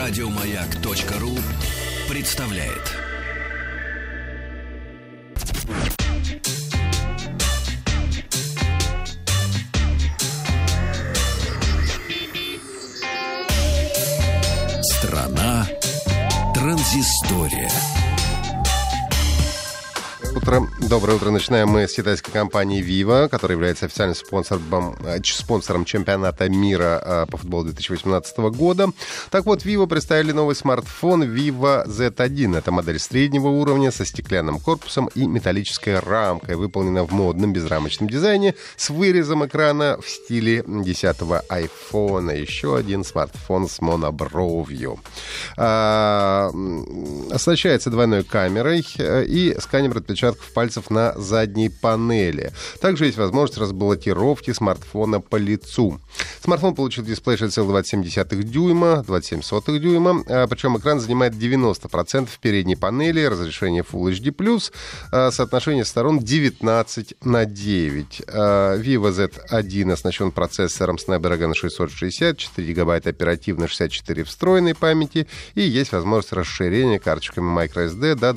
Радиомаяк.ру представляет. Страна транзистория. Доброе утро. Начинаем мы с китайской компании Vivo, которая является официальным спонсором чемпионата мира по футболу 2018 года. Так вот, Vivo представили новый смартфон Vivo Z1. Это модель среднего уровня со стеклянным корпусом и металлической рамкой, выполнена в модном безрамочном дизайне с вырезом экрана в стиле 10-го iPhone. Еще один смартфон с монобровью. Оснащается двойной камерой и сканер отпечатков пальцев на задней панели. Также есть возможность разблокировки смартфона по лицу. Смартфон получил дисплей 6,27 дюйма, 27 дюйма, причем экран занимает 90% передней панели, разрешение Full HD+, соотношение сторон 19:9. Vivo Z1 оснащен процессором Snapdragon 660, 4 гигабайта оперативной, 64 встроенной памяти, и есть возможность расширения карточками microSD до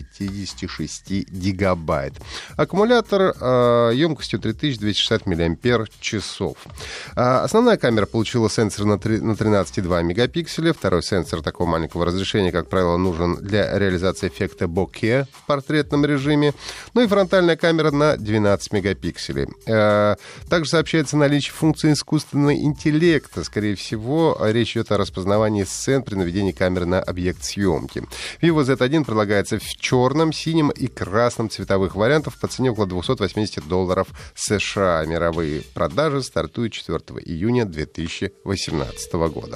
256 гигабайт. Аккумулятор емкостью 3260 мАч. Основная камера получила сенсор на 13,2 мегапикселя. Второй сенсор такого маленького разрешения, как правило, нужен для реализации эффекта боке в портретном режиме. Ну и фронтальная камера на 12 мегапикселей. Также сообщается наличие функции искусственного интеллекта. Скорее всего, речь идет о распознавании сцен при наведении камеры на объект съемки. Vivo Z1 предлагается в черном, синем и красном цветовых вариантов по цене около $280 США. Мировые продажи стартуют 4 июня 2018 года.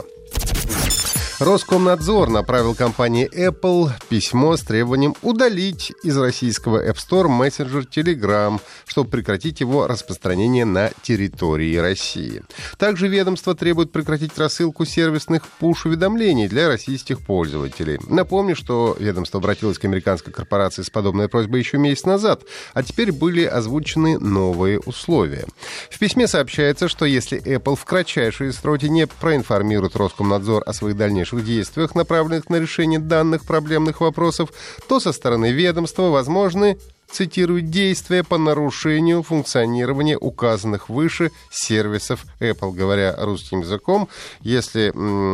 Роскомнадзор направил компании Apple письмо с требованием удалить из российского App Store мессенджер Telegram, чтобы прекратить его распространение на территории России. Также ведомство требует прекратить рассылку сервисных пуш-уведомлений для российских пользователей. Напомню, что ведомство обратилось к американской корпорации с подобной просьбой еще месяц назад, а теперь были озвучены новые условия. В письме сообщается, что если Apple в кратчайшие сроки не проинформирует Роскомнадзор о своих дальнейших действиях, направленных на решение данных проблемных вопросов, то со стороны ведомства возможны, цитирую, действия по нарушению функционирования указанных выше сервисов Apple. Говоря русским языком, если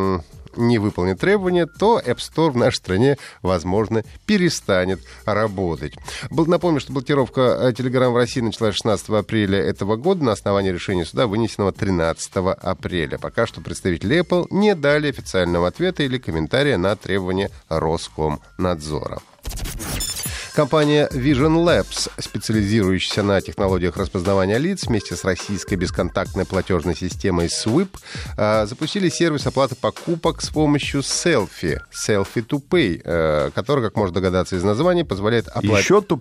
не выполнит требования, то App Store в нашей стране, возможно, перестанет работать. Напомню, что блокировка Telegram в России началась 16 апреля этого года на основании решения суда, вынесенного 13 апреля. Пока что представители Apple не дали официального ответа или комментария на требования Роскомнадзора. Компания Vision Labs, специализирующаяся на технологиях распознавания лиц, вместе с российской бесконтактной платежной системой SWIP, запустили сервис оплаты покупок с помощью Selfie to Pay, который, как можно догадаться из названия, позволяет оплачивать...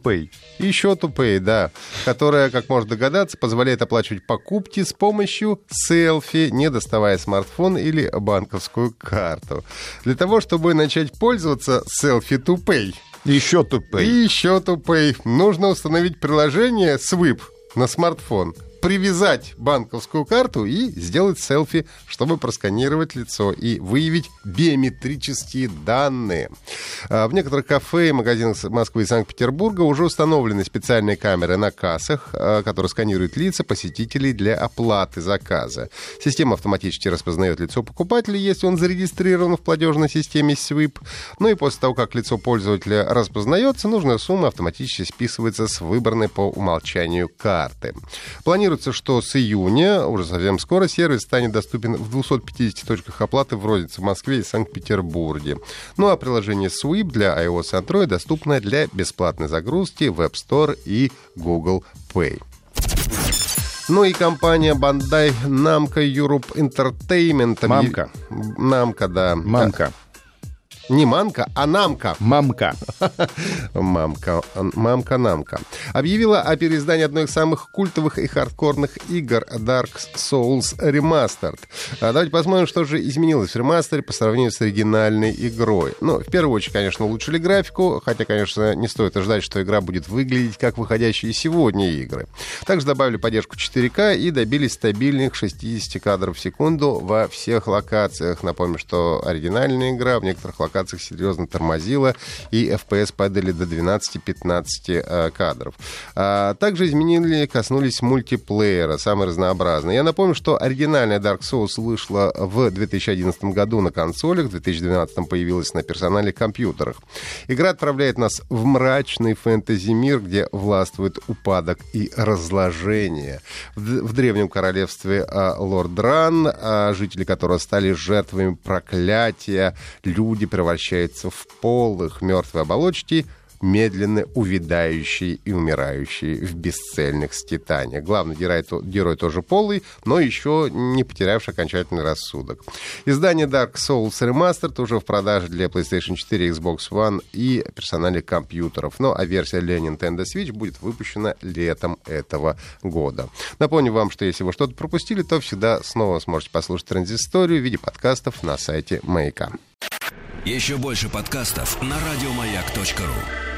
Еще to Pay, да. Которая, как можно догадаться, позволяет оплачивать покупки с помощью селфи, не доставая смартфон или банковскую карту. Для того, чтобы начать пользоваться Selfie to Pay, Еще to Pay, нужно установить приложение SWIP на смартфон, привязать банковскую карту и сделать селфи, чтобы просканировать лицо и выявить биометрические данные. В некоторых кафе и магазинах Москвы и Санкт-Петербурга уже установлены специальные камеры на кассах, которые сканируют лица посетителей для оплаты заказа. Система автоматически распознает лицо покупателя, если он зарегистрирован в платежной системе SWIP. Ну и после того, как лицо пользователя распознается, нужная сумма автоматически списывается с выбранной по умолчанию карты. Планируется, что с июня, уже совсем скоро, сервис станет доступен в 250 точках оплаты в рознице в Москве и Санкт-Петербурге. Ну а приложение SWIP для iOS и Android доступно для бесплатной загрузки в App Store и Google Play. Ну и компания Bandai Namco Europe Entertainment. Мамка. Namco, да. Мамка. Не манка, а намка. Мамка. Мамка-намка. Объявила о переиздании одной из самых культовых и хардкорных игр Dark Souls Remastered. Давайте посмотрим, что же изменилось в ремастере по сравнению с оригинальной игрой. Ну, в первую очередь, конечно, улучшили графику, хотя, конечно, не стоит ожидать, что игра будет выглядеть как выходящие сегодня игры. Также добавили поддержку 4К и добились стабильных 60 кадров в секунду во всех локациях. Напомню, что оригинальная игра в некоторых локациях серьезно тормозила, и FPS падали до 12-15 кадров. Также коснулись мультиплеера, самый разнообразный. Я напомню, что оригинальная Dark Souls вышла в 2011 году на консолях, в 2012 появилась на персональных компьютерах. Игра отправляет нас в мрачный фэнтези-мир, где властвует упадок и разложение. В древнем королевстве Лордран, жители которого стали жертвами проклятия, люди превращаются в полых мертвые оболочки, медленно увядающие и умирающие в бесцельных скитаниях. Главный герой тоже полый, но еще не потерявший окончательный рассудок. Издание Dark Souls Remastered уже в продаже для PlayStation 4, Xbox One и персональных компьютеров. Ну, а версия для Nintendo Switch будет выпущена летом этого года. Напомню вам, что если вы что-то пропустили, то всегда снова сможете послушать Транзисторию в виде подкастов на сайте Маяка. Еще больше подкастов на радиомаяк.ру.